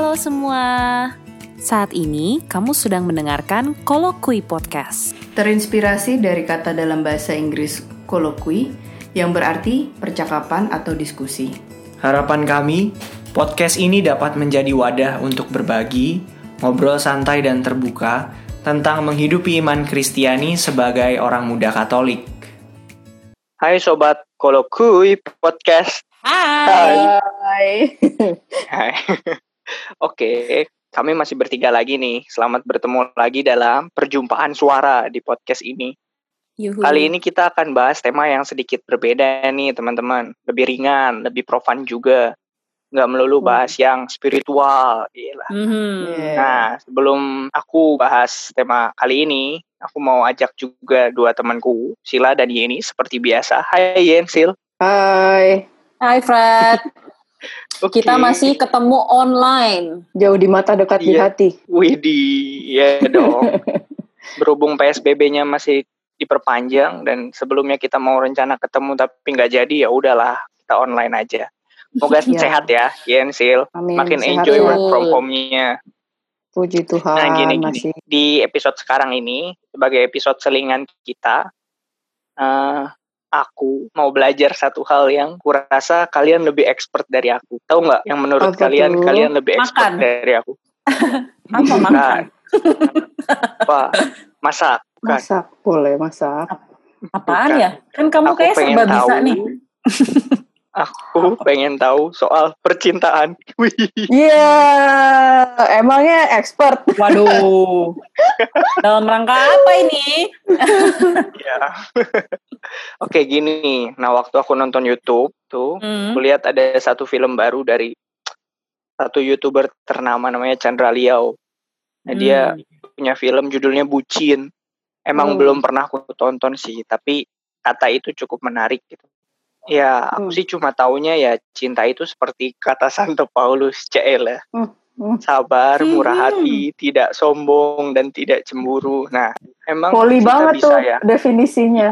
Halo semua. Saat ini kamu sedang mendengarkan Kolokui Podcast. Terinspirasi dari kata dalam bahasa Inggris kolokui yang berarti percakapan atau diskusi. Harapan kami, podcast ini dapat menjadi wadah untuk berbagi, ngobrol santai dan terbuka tentang menghidupi iman Kristiani sebagai orang muda Katolik. Hai Sobat Kolokui Podcast. Hai. Hai. Oke, kami masih bertiga lagi nih. Selamat bertemu lagi dalam perjumpaan suara di podcast ini. Yuhu. Kali ini kita akan bahas tema yang sedikit berbeda nih teman-teman. Lebih ringan, lebih profan juga. Nggak melulu bahas yang spiritual. Gila. Nah, sebelum aku bahas tema kali ini, aku mau ajak juga dua temanku, Sila dan Yeni, seperti biasa. Hai Yen, Sil. Hai Fred, Oke. kita masih ketemu online. Jauh di mata, dekat di Iya. hati. Widih, ya dong. Berhubung PSBB-nya masih diperpanjang dan sebelumnya kita mau rencana ketemu tapi nggak jadi, ya udahlah kita online aja. Semoga Iya. sehat ya, Yen, Sil. Amin, Makin sehat enjoy ya. work from home-nya. Puji Tuhan. Nah, gini. Masih. Di episode sekarang ini, sebagai episode selingan kita, aku mau belajar satu hal yang kurasa kalian lebih expert dari aku. Tahu nggak yang menurut Apa kalian tuh? kalian lebih expert Makan. dari aku? Apa makan? Apa? Masak. Bukan. Masak, boleh masak. Apaan Bukan. ya? Kan kamu Aku kayak pengen serba bisa tahu. nih. Aku pengen tahu soal percintaan. Wih. Iya, emangnya expert. Waduh. Dalam rangka apa ini? Ya. Oke, gini. Nah, waktu aku nonton YouTube tuh, aku lihat ada satu film baru dari satu YouTuber ternama namanya Chandra Liao. Nah, dia punya film judulnya Bucin. Emang belum pernah aku tonton sih, tapi kata itu cukup menarik gitu. Ya, aku sih cuma taunya ya cinta itu seperti kata Santo Paulus, CL ya. Sabar, murah hati, tidak sombong dan tidak cemburu. Nah, emang Poli cinta banget bisa tuh ya? definisinya.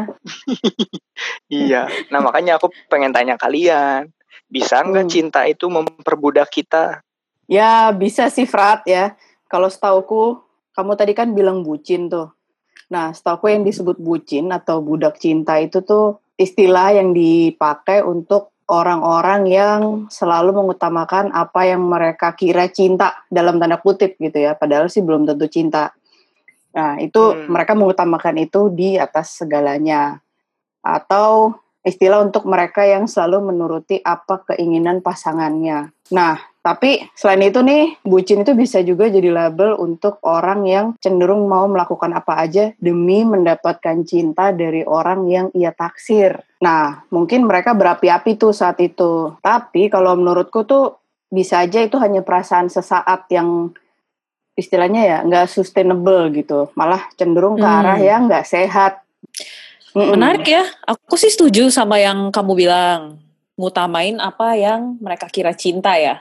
Iya. Nah, makanya aku pengen tanya kalian, bisa nggak cinta itu memperbudak kita? Ya, bisa sih Frat ya. Kalau setauku, kamu tadi kan bilang bucin tuh. Nah, setauku yang disebut bucin atau budak cinta itu tuh istilah yang dipakai untuk orang-orang yang selalu mengutamakan apa yang mereka kira cinta dalam tanda kutip gitu ya. Padahal sih belum tentu cinta. Nah, itu mereka mengutamakan itu di atas segalanya. Atau istilah untuk mereka yang selalu menuruti apa keinginan pasangannya. Nah, tapi selain itu nih, bucin itu bisa juga jadi label untuk orang yang cenderung mau melakukan apa aja demi mendapatkan cinta dari orang yang ia taksir. Nah, mungkin mereka berapi-api tuh saat itu. Tapi kalau menurutku tuh bisa aja itu hanya perasaan sesaat yang istilahnya ya nggak sustainable gitu. Malah cenderung ke arah yang nggak sehat. Menarik ya. Aku sih setuju sama yang kamu bilang. Ngutamain apa yang mereka kira cinta ya.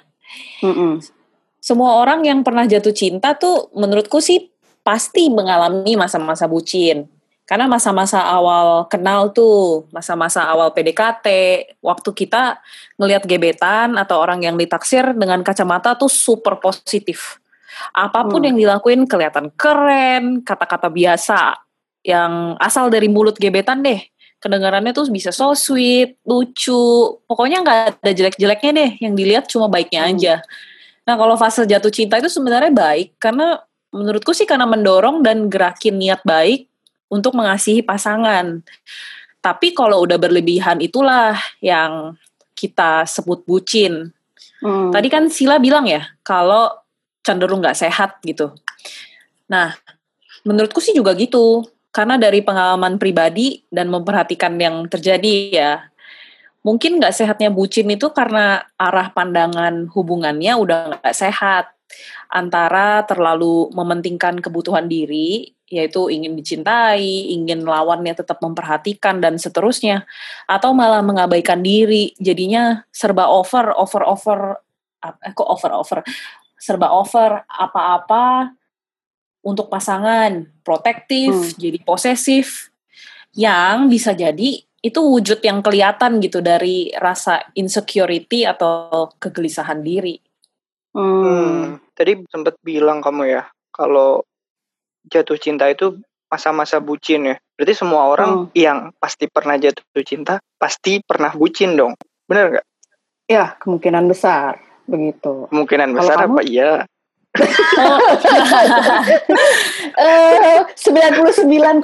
Semua orang yang pernah jatuh cinta tuh menurutku sih pasti mengalami masa-masa bucin. Karena masa-masa awal kenal tuh, masa-masa awal PDKT, waktu kita ngelihat gebetan atau orang yang ditaksir dengan kacamata tuh super positif. Apapun yang dilakuin kelihatan keren, kata-kata biasa yang asal dari mulut gebetan deh. Kedengarannya tuh bisa so sweet, lucu, pokoknya nggak ada jelek-jeleknya deh, yang dilihat cuma baiknya aja. Nah, kalau fase jatuh cinta itu sebenarnya baik, karena menurutku sih karena mendorong dan gerakin niat baik untuk mengasihi pasangan. Tapi kalau udah berlebihan itulah yang kita sebut bucin. Tadi kan Sila bilang ya, kalau cenderung nggak sehat gitu. Nah, menurutku sih juga gitu. Karena dari pengalaman pribadi dan memperhatikan yang terjadi ya, mungkin nggak sehatnya bucin itu karena arah pandangan hubungannya udah nggak sehat. Antara terlalu mementingkan kebutuhan diri, yaitu ingin dicintai, ingin lawannya tetap memperhatikan, dan seterusnya. Atau malah mengabaikan diri, jadinya serba serba over apa-apa, untuk pasangan, protektif, jadi posesif, yang bisa jadi itu wujud yang kelihatan gitu dari rasa insecurity atau kegelisahan diri. Tadi sempat bilang kamu ya, kalau jatuh cinta itu masa-masa bucin ya. Berarti semua orang yang pasti pernah jatuh cinta, pasti pernah bucin dong. Benar nggak? Ya, kemungkinan besar begitu. Kemungkinan besar apa iya? 99,99%.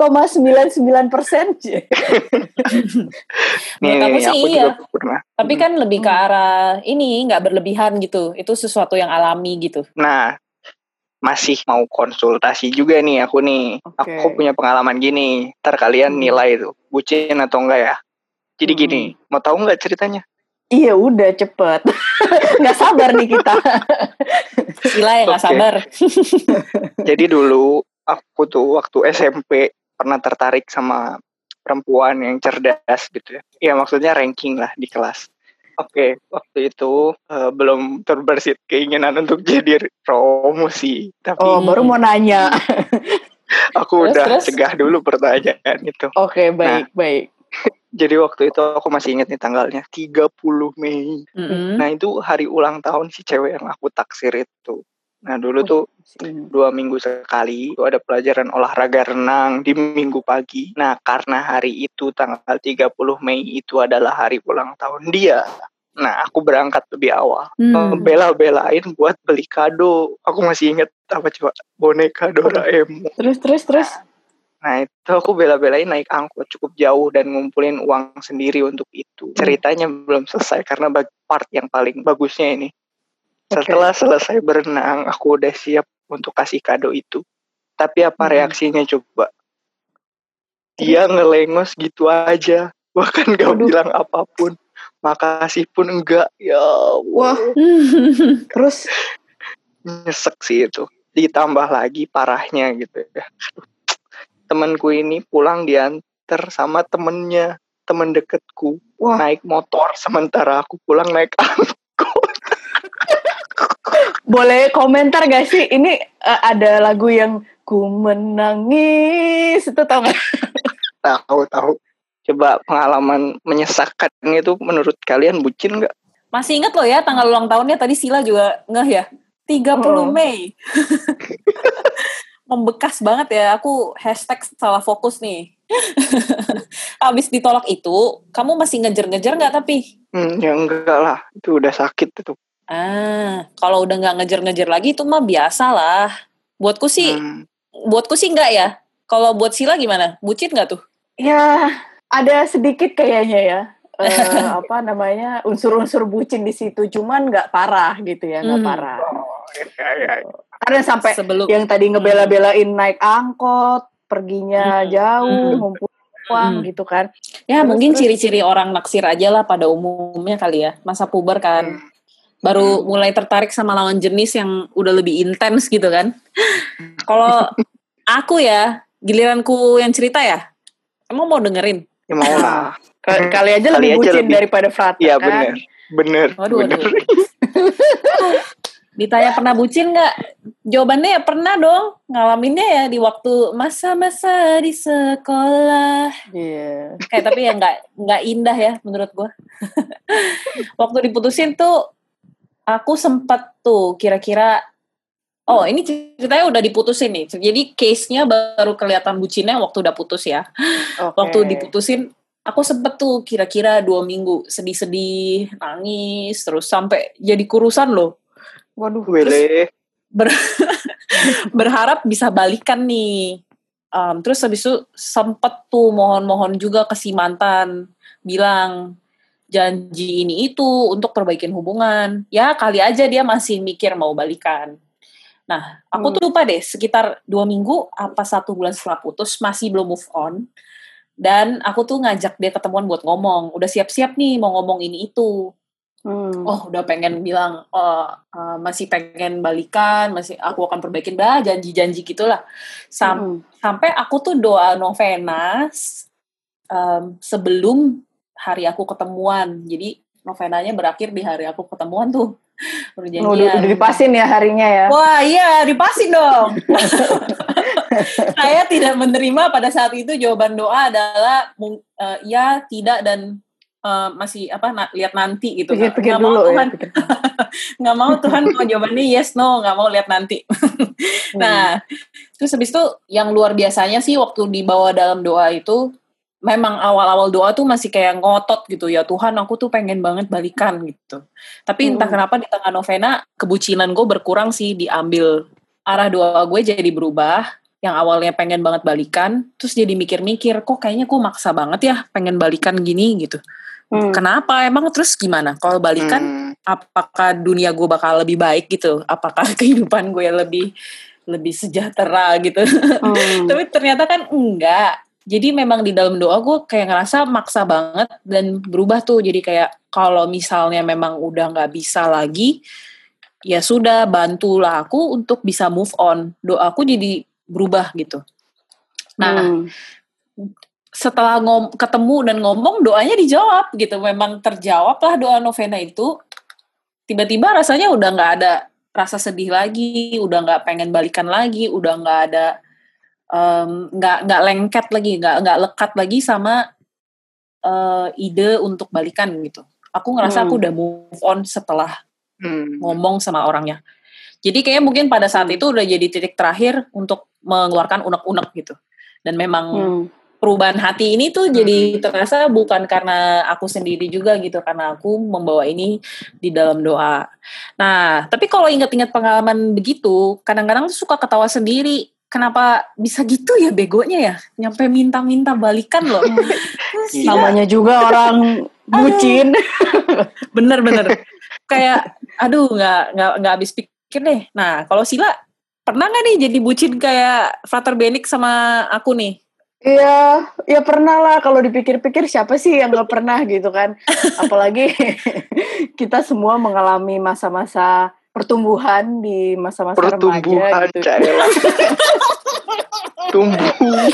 Menurut aku sih iya. Pernah. Tapi kan lebih ke arah ini, nggak berlebihan gitu. Itu sesuatu yang alami gitu. Nah, masih mau konsultasi juga nih aku nih. Okay. Aku punya pengalaman gini. Ntar kalian nilai tuh, bucin atau enggak ya. Jadi gini, mau tahu nggak ceritanya? Iya udah cepet. Nggak sabar nih kita. Sila ya nggak sabar. Jadi dulu aku tuh waktu SMP pernah tertarik sama perempuan yang cerdas gitu ya. Ya maksudnya ranking lah di kelas. Oke, waktu itu belum terbersit keinginan untuk jadi Romo sih. Tapi baru mau nanya. Aku udah cegah dulu pertanyaan itu. Oke, baik. Jadi waktu itu aku masih ingat nih tanggalnya 30 Mei. Nah itu hari ulang tahun si cewek yang aku taksir itu. Nah dulu tuh 2 minggu sekali itu ada pelajaran olahraga renang di minggu pagi. Nah karena hari itu tanggal 30 Mei itu adalah hari ulang tahun dia. Nah aku berangkat lebih awal. Bela-belain buat beli kado. Aku masih ingat apa coba, boneka Doraemon. Terus. Nah itu aku bela-belain naik angkot cukup jauh dan ngumpulin uang sendiri untuk itu. Ceritanya belum selesai karena part yang paling bagusnya ini. Setelah selesai berenang, aku udah siap untuk kasih kado itu. Tapi apa reaksinya coba? Dia ngelengos gitu aja. Bahkan gak bilang apapun. Makasih pun enggak. Ya wah. Terus? Nyesek sih itu. Ditambah lagi parahnya gitu ya. Temenku ini pulang diantar sama temennya, temen deketku. Wah. Naik motor, sementara aku pulang naik angkot. Boleh komentar gak sih? Ini ada lagu yang ku menangis, itu tau gak? Tahu. Coba pengalaman menyesakkan itu menurut kalian bucin gak? Masih ingat loh ya tanggal ulang tahunnya, tadi Sila juga ngeh ya? 30 Mei. Membekas banget ya, aku #salah fokus nih. Abis ditolak itu, kamu masih ngejar-ngejar gak tapi? Ya enggak lah, itu udah sakit itu. Kalau udah gak ngejar-ngejar lagi itu mah biasa lah. Buatku sih enggak ya. Kalau buat Sila gimana? Bucin gak tuh? Ya, ada sedikit kayaknya ya. Unsur-unsur bucin di situ, cuman gak parah gitu ya, gak parah. Karena sampai yang tadi ngebela-belain naik angkot, perginya jauh, ngumpul uang gitu kan. Ya mungkin ciri-ciri orang naksir aja lah pada umumnya kali ya. Masa puber kan. Baru mulai tertarik sama lawan jenis yang udah lebih intens gitu kan. Kalau aku ya, giliranku yang cerita ya, emang mau dengerin? Ya mau lah. Kali aja lebih bucin daripada Frat. Iya kan? Bener. Waduh. Ditanya pernah bucin gak? Jawabannya ya pernah dong. Ngalaminnya ya di waktu masa-masa di sekolah. Iya. Kayak tapi ya gak indah ya menurut gue. Waktu diputusin tuh, aku sempat tuh kira-kira, ini ceritanya udah diputusin nih. Jadi case-nya baru kelihatan bucinnya waktu udah putus ya. Okay. Waktu diputusin, aku sempet tuh kira-kira 2 minggu sedih-sedih, nangis, terus sampai jadi kurusan loh. Waduh, terus berharap bisa balikan nih. Terus habis itu sempet tuh mohon-mohon juga ke si mantan, bilang janji ini itu untuk perbaikin hubungan. Ya kali aja dia masih mikir mau balikan. Nah, aku tuh lupa deh, sekitar 2 minggu apa 1 bulan setelah putus masih belum move on. Dan aku tuh ngajak dia ketemuan buat ngomong. Udah siap-siap nih mau ngomong ini itu. Udah pengen bilang masih pengen balikan, masih aku akan perbaikin, janji-janji gitulah. Sampai aku tuh doa novena sebelum hari aku ketemuan. Jadi novenanya berakhir di hari aku ketemuan tuh. Udah dipasin ya harinya ya. Wah iya, dipasin dong. Saya tidak menerima pada saat itu jawaban doa adalah ya, tidak, dan masih lihat nanti gitu. Pikir dulu Tuhan. Nggak mau Tuhan, mau jawabannya yes no, nggak mau lihat nanti. Nah, terus habis itu yang luar biasanya sih waktu dibawa dalam doa itu, memang awal-awal doa tuh masih kayak ngotot gitu ya, Tuhan aku tuh pengen banget balikan gitu. Tapi entah kenapa di tengah novena kebucinan gue berkurang sih, diambil arah doa gue jadi berubah. Yang awalnya pengen banget balikan, terus jadi mikir-mikir, kok kayaknya gue maksa banget ya pengen balikan gini gitu. Kenapa emang, terus gimana? Kalau balikan, apakah dunia gue bakal lebih baik gitu? Apakah kehidupan gue lebih sejahtera gitu? Tapi ternyata kan enggak. Jadi memang di dalam doa gue kayak ngerasa maksa banget dan berubah tuh. Jadi kayak kalau misalnya memang udah gak bisa lagi, ya sudah, bantulah aku untuk bisa move on. Doaku jadi berubah gitu. Nah, setelah ketemu dan ngomong, doanya dijawab gitu. Memang terjawab lah doa novena itu. Tiba-tiba rasanya udah gak ada rasa sedih lagi, udah gak pengen balikan lagi, udah gak ada nggak lengket lagi, nggak lekat lagi sama ide untuk balikan gitu. Aku ngerasa aku udah move on setelah ngomong sama orangnya. Jadi kayaknya mungkin pada saat itu udah jadi titik terakhir untuk mengeluarkan unek-unek gitu. Dan memang perubahan hati ini tuh jadi terasa bukan karena aku sendiri juga gitu, karena aku membawa ini di dalam doa. Nah, tapi kalau ingat-ingat pengalaman begitu, kadang-kadang tuh suka ketawa sendiri. Kenapa bisa gitu ya, begonya ya, nyampe minta-minta balikan loh. Namanya juga orang bucin. Bener-bener. Kayak, aduh, nggak habis pikir deh. Nah, kalau Sila pernah nggak nih jadi bucin kayak Frater Benik sama aku nih? Iya, ya pernah lah. Kalau dipikir-pikir siapa sih yang nggak pernah gitu kan? Apalagi kita semua mengalami masa-masa pertumbuhan di masa-masa remaja gitu. Tumbuh.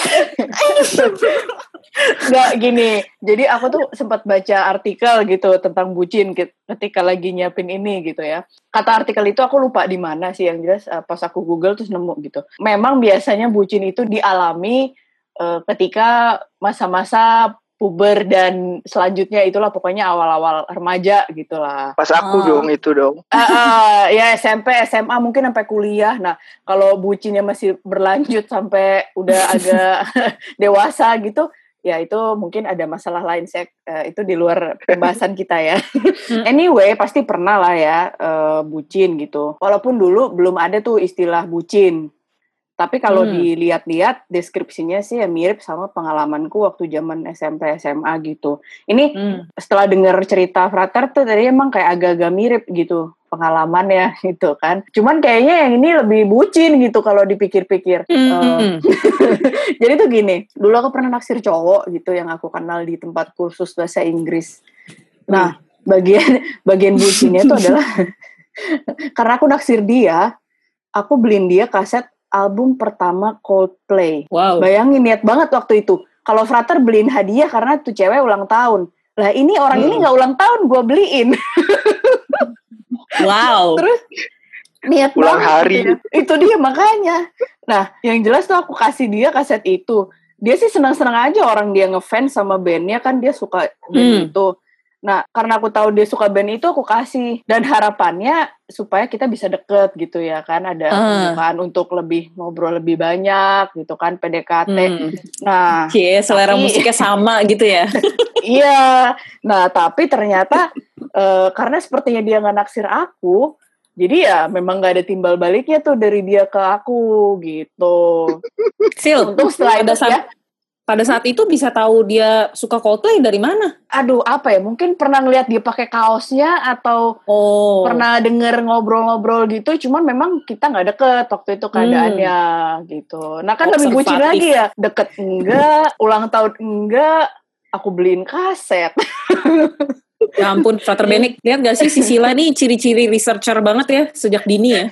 Nggak gini. Jadi aku tuh sempat baca artikel gitu tentang bucin ketika lagi nyiapin ini gitu ya. Kata artikel itu aku lupa di mana sih, yang jelas pas aku Google terus nemu gitu. Memang biasanya bucin itu dialami ketika masa-masa puber dan selanjutnya itulah, pokoknya awal-awal remaja gitulah. Pas aku itu dong. Ya SMP, SMA mungkin sampai kuliah. Nah, kalau bucinnya masih berlanjut sampai udah agak dewasa gitu, ya itu mungkin ada masalah lain. Itu di luar pembahasan kita ya. Anyway, pasti pernah lah ya bucin gitu. Walaupun dulu belum ada tuh istilah bucin. Tapi kalau dilihat-lihat deskripsinya sih ya mirip sama pengalamanku waktu zaman SMP SMA gitu. Ini setelah dengar cerita Frater tuh tadi emang kayak agak-agak mirip gitu pengalamannya gitu kan. Cuman kayaknya yang ini lebih bucin gitu kalau dipikir-pikir. Jadi tuh gini, dulu aku pernah naksir cowok gitu yang aku kenal di tempat kursus bahasa Inggris. Nah, bagian bucinnya itu adalah karena aku naksir dia, aku beliin dia kaset album pertama Coldplay. Wow. Bayangin, niat banget waktu itu. Kalau Frater beliin hadiah karena tuh cewek ulang tahun. Lah ini orang ini gak ulang tahun, gue beliin. Wow. Terus niat ulang banget. Hari. Ya. Itu dia makanya. Nah, yang jelas tuh aku kasih dia kaset itu. Dia sih senang-senang aja, orang dia ngefans sama bandnya kan, dia suka band itu. Nah, karena aku tahu dia suka band itu, aku kasih. Dan harapannya supaya kita bisa deket gitu ya kan. Ada pembukaan untuk lebih ngobrol lebih banyak gitu kan, PDKT. Nah, selera musiknya sama gitu ya. Iya. Nah, tapi ternyata karena sepertinya dia gak naksir aku, jadi ya memang gak ada timbal baliknya tuh dari dia ke aku gitu. Sil, untuk setelah itu ya. Pada saat itu bisa tahu dia suka Coldplay dari mana? Aduh, apa ya? Mungkin pernah ngeliat dia pakai kaosnya atau pernah denger ngobrol-ngobrol gitu. Cuman memang kita nggak deket waktu itu keadaannya gitu. Nah kan lebih bucin lagi ya. Deket enggak, ulang tahun enggak, aku beliin kaset. Ya ampun, Frater Benik, lihat gak sih si Sila nih ciri-ciri researcher banget ya sejak dini ya?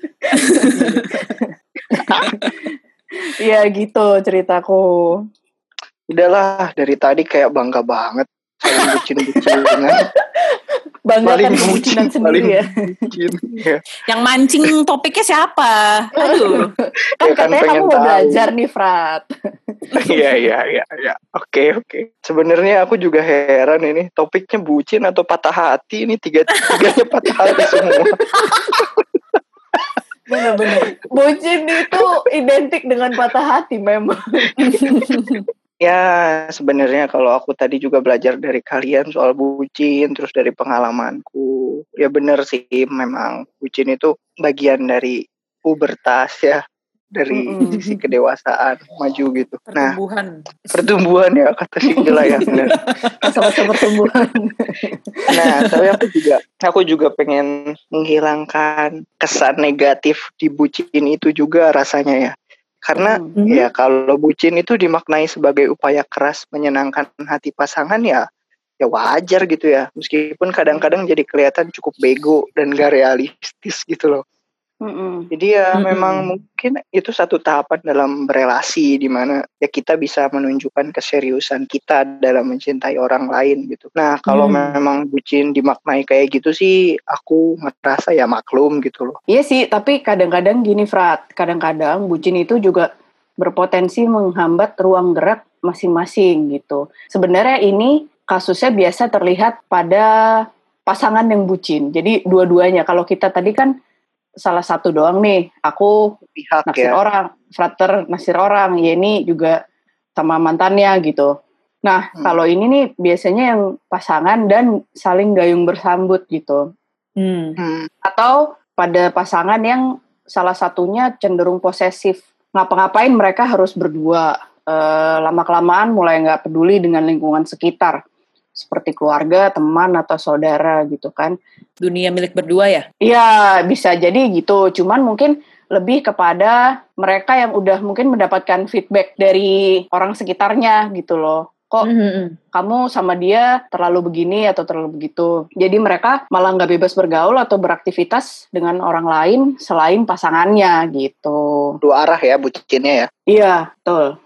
Iya gitu ceritaku. Udahlah, dari tadi kayak bangga banget saling bucin-bucinan. banggakan kebucinan sendiri ya. Ya. Yang mancing topiknya siapa? Aduh. Kan Ya kan katanya pengen kamu mau tahu. belajar nih, Frat. Iya. Oke. Sebenarnya aku juga heran ini topiknya bucin atau patah hati, ini tiganya patah hati semua. Bener-bener. Bucin itu identik dengan patah hati memang. Ya sebenarnya kalau aku tadi juga belajar dari kalian soal bucin, terus dari pengalamanku, ya bener sih memang bucin itu bagian dari pubertas ya, dari sisi kedewasaan maju gitu. Pertumbuhan ya kata Sheila ya. Masa-masa pertumbuhan. Nah tapi aku juga pengen menghilangkan kesan negatif di bucin itu juga rasanya ya. Karena ya kalau bucin itu dimaknai sebagai upaya keras menyenangkan hati pasangan ya wajar gitu ya. Meskipun kadang-kadang jadi kelihatan cukup bego dan gak realistis gitu loh. Jadi ya memang mungkin itu satu tahapan dalam berelasi di mana ya kita bisa menunjukkan keseriusan kita dalam mencintai orang lain gitu. Nah kalau memang bucin dimaknai kayak gitu sih aku merasa ya maklum gitu loh. Iya sih, tapi kadang-kadang gini Frat, kadang-kadang bucin itu juga berpotensi menghambat ruang gerak masing-masing gitu. Sebenarnya ini kasusnya biasa terlihat pada pasangan yang bucin. Jadi dua-duanya, kalau kita tadi kan salah satu doang nih, aku pihak naksir ya. orang, Frater naksir orang, Yeni juga sama mantannya gitu. Nah, kalau ini nih biasanya yang pasangan dan saling gayung bersambut gitu. Atau pada pasangan yang salah satunya cenderung posesif. Ngapa-ngapain mereka harus berdua. Lama-kelamaan mulai nggak peduli dengan lingkungan sekitar. Seperti keluarga, teman, atau saudara gitu kan. Dunia milik berdua ya? Iya, bisa jadi gitu. Cuman mungkin lebih kepada mereka yang udah mungkin mendapatkan feedback dari orang sekitarnya gitu loh. Kok kamu sama dia terlalu begini atau terlalu begitu. Jadi mereka malah nggak bebas bergaul atau beraktivitas dengan orang lain selain pasangannya gitu. Dua arah ya bucinnya ya? Iya, betul.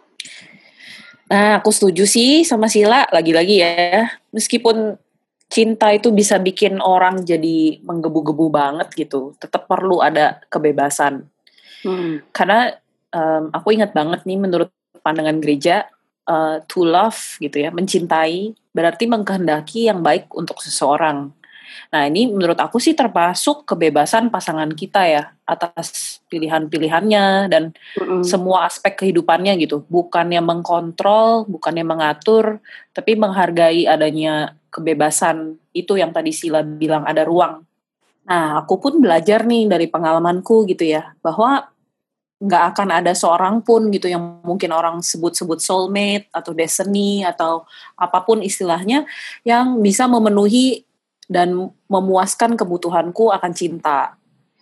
Nah, aku setuju sih sama Sheila, lagi-lagi ya. Meskipun cinta itu bisa bikin orang jadi menggebu-gebu banget gitu, tetap perlu ada kebebasan. Karena aku ingat banget nih menurut pandangan gereja, to love gitu ya, mencintai berarti mengkehendaki yang baik untuk seseorang. Nah ini menurut aku sih termasuk kebebasan pasangan kita ya atas pilihan-pilihannya dan semua aspek kehidupannya gitu. Bukannya mengkontrol, bukannya mengatur, tapi menghargai adanya kebebasan itu yang tadi Sheila bilang ada ruang. Nah aku pun belajar nih dari pengalamanku gitu ya, bahwa nggak akan ada seorang pun gitu yang mungkin orang sebut-sebut soulmate atau destiny atau apapun istilahnya yang bisa memenuhi dan memuaskan kebutuhanku akan cinta.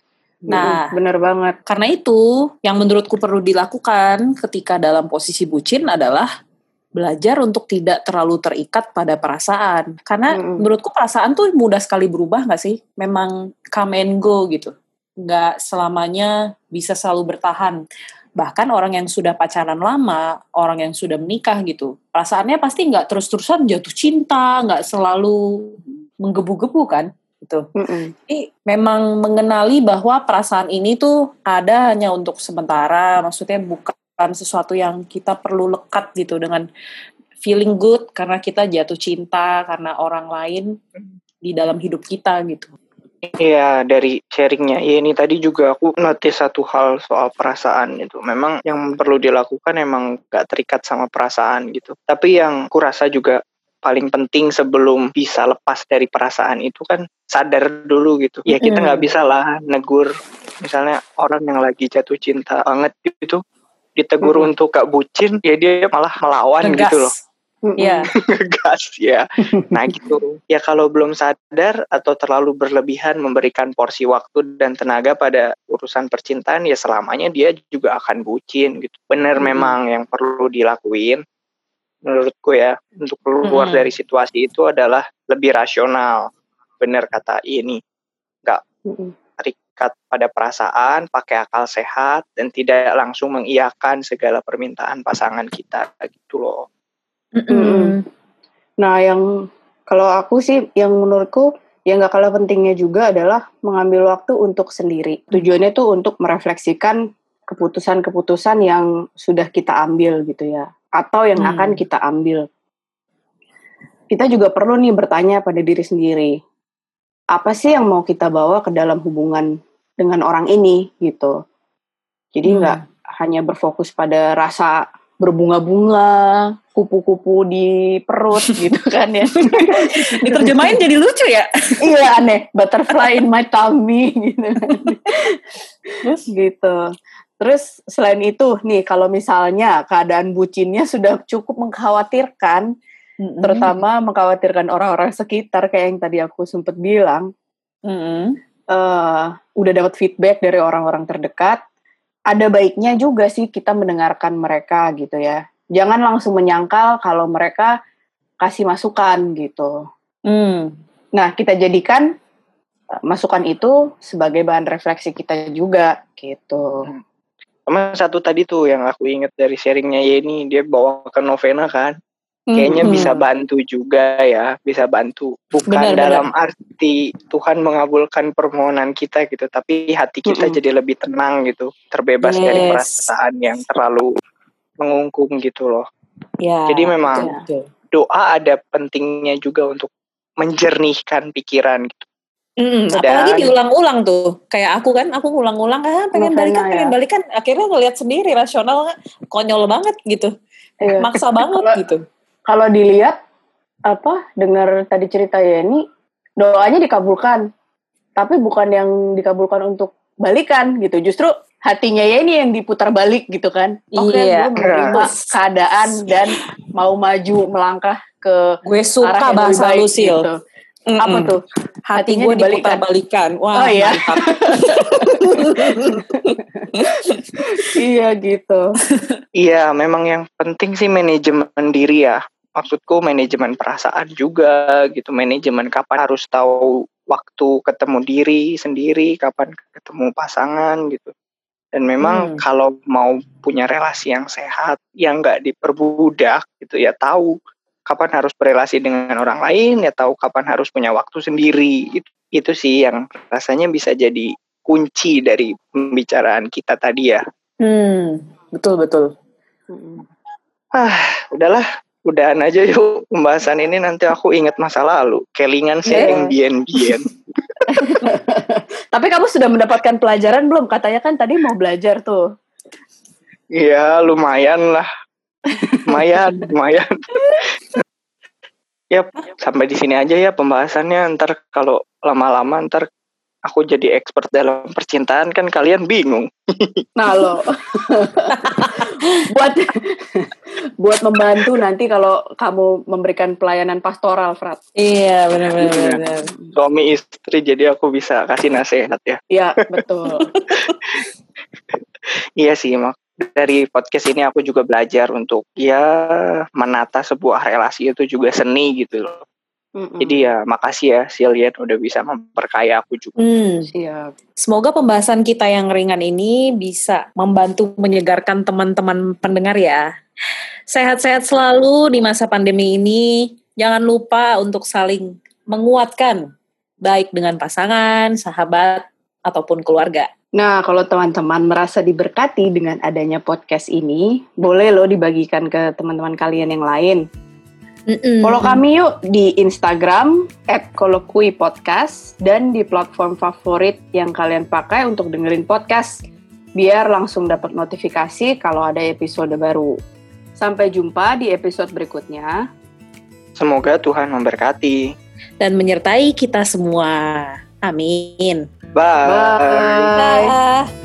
Nah, benar banget. Karena itu, yang menurutku perlu dilakukan ketika dalam posisi bucin adalah belajar untuk tidak terlalu terikat pada perasaan. Karena menurutku perasaan tuh mudah sekali berubah nggak sih? Memang come and go gitu. Nggak selamanya bisa selalu bertahan. Bahkan orang yang sudah pacaran lama, orang yang sudah menikah gitu, perasaannya pasti nggak terus-terusan jatuh cinta, nggak selalu menggebu-gebu kan gitu. Jadi memang mengenali bahwa perasaan ini tuh ada hanya untuk sementara, maksudnya bukan sesuatu yang kita perlu lekat gitu dengan feeling good karena kita jatuh cinta karena orang lain di dalam hidup kita gitu. Iya, dari sharingnya ini tadi juga aku notice satu hal soal perasaan gitu. Memang yang perlu dilakukan emang gak terikat sama perasaan gitu. Tapi yang aku rasa juga paling penting sebelum bisa lepas dari perasaan itu kan sadar dulu gitu. Ya kita gak bisa lah negur misalnya orang yang lagi jatuh cinta banget gitu, ditegur untuk gak bucin, ya dia malah melawan Ngegas. gitu loh. Iya. Ngegas ya. Nah gitu. Ya kalau belum sadar atau terlalu berlebihan memberikan porsi waktu dan tenaga pada urusan percintaan, ya selamanya dia juga akan bucin gitu. Bener memang yang perlu dilakuin menurutku ya untuk keluar dari situasi itu adalah lebih rasional. Bener kata ini. Nggak terikat pada perasaan, pakai akal sehat dan tidak langsung mengiyakan segala permintaan pasangan kita gitu loh. Nah, yang kalau aku sih yang menurutku yang gak kalah pentingnya juga adalah mengambil waktu untuk sendiri. Tujuannya tuh untuk merefleksikan keputusan-keputusan yang sudah kita ambil gitu ya, atau yang akan kita ambil. Kita juga perlu nih bertanya pada diri sendiri, apa sih yang mau kita bawa ke dalam hubungan dengan orang ini gitu. Jadi nggak hanya berfokus pada rasa berbunga-bunga, kupu-kupu di perut gitu kan ya. Diterjemahin jadi lucu ya? Iya aneh, butterfly in my tummy gitu. Gitu. Terus selain itu nih, kalau misalnya keadaan bucinnya sudah cukup mengkhawatirkan, terutama mengkhawatirkan orang-orang sekitar kayak yang tadi aku sempat bilang, udah dapat feedback dari orang-orang terdekat, ada baiknya juga sih kita mendengarkan mereka gitu ya. Jangan langsung menyangkal kalau mereka kasih masukan gitu. Nah, kita jadikan masukan itu sebagai bahan refleksi kita juga gitu. Sama satu tadi tuh yang aku inget dari sharingnya Yeni, dia bawa ke novena kan. Kayaknya bisa bantu juga ya, bisa bantu. Bukan dalam arti Tuhan mengabulkan permohonan kita gitu, tapi hati kita jadi lebih tenang gitu, terbebas dari perasaan yang terlalu mengungkum gitu loh. Jadi memang doa ada pentingnya juga untuk menjernihkan pikiran gitu. Apalagi diulang-ulang tuh, kayak aku ngulang-ulang pengen balikan, akhirnya ngelihat sendiri rasional konyol banget gitu, maksa banget gitu. Kalau dilihat dengar tadi cerita Yeni, doanya dikabulkan, tapi bukan yang dikabulkan untuk balikan gitu, justru hatinya Yeni yang diputar balik gitu kan. Oke, gue menerima keadaan dan mau maju melangkah ke gue suka bahasa lu Sil gitu. Apa tuh? Hati gue diputar-balikan. Wah, iya. Mantap. Iya gitu. Iya, memang yang penting sih manajemen diri ya. Maksudku manajemen perasaan juga gitu. Manajemen kapan harus tahu waktu ketemu diri sendiri, kapan ketemu pasangan gitu. Dan memang kalau mau punya relasi yang sehat, yang nggak diperbudak gitu ya, tahu kapan harus berelasi dengan orang lain, ya tahu kapan harus punya waktu sendiri. Itu sih yang rasanya bisa jadi kunci dari pembicaraan kita tadi ya. Betul. Udahlah, udahan aja yuk pembahasan ini, nanti aku ingat masa lalu. Kelingan sih yang bien-bien. Tapi kamu sudah mendapatkan pelajaran belum? Katanya kan tadi mau belajar tuh. Iya, lumayan lah. Lumayan. Ya, sampai di sini aja ya pembahasannya. Ntar kalau lama-lama ntar aku jadi expert dalam percintaan, kan kalian bingung. Nah lo, buat membantu nanti kalau kamu memberikan pelayanan pastoral, Frat. Iya, benar. Suami istri, jadi aku bisa kasih nasihat ya. Iya, betul. Iya sih, dari podcast ini aku juga belajar untuk menata sebuah relasi itu juga seni gitu loh. Jadi ya makasih ya Silian udah bisa memperkaya aku juga. Siap. Semoga pembahasan kita yang ringan ini bisa membantu menyegarkan teman-teman pendengar ya. Sehat-sehat selalu di masa pandemi ini. Jangan lupa untuk saling menguatkan, baik dengan pasangan, sahabat, ataupun keluarga. Nah, kalau teman-teman merasa diberkati dengan adanya podcast ini, boleh loh dibagikan ke teman-teman kalian yang lain. Follow kami yuk di Instagram @kolokuipodcast dan di platform favorit yang kalian pakai untuk dengerin podcast, biar langsung dapat notifikasi kalau ada episode baru. Sampai jumpa di episode berikutnya. Semoga Tuhan memberkati dan menyertai kita semua. Amin. Bye. Bye.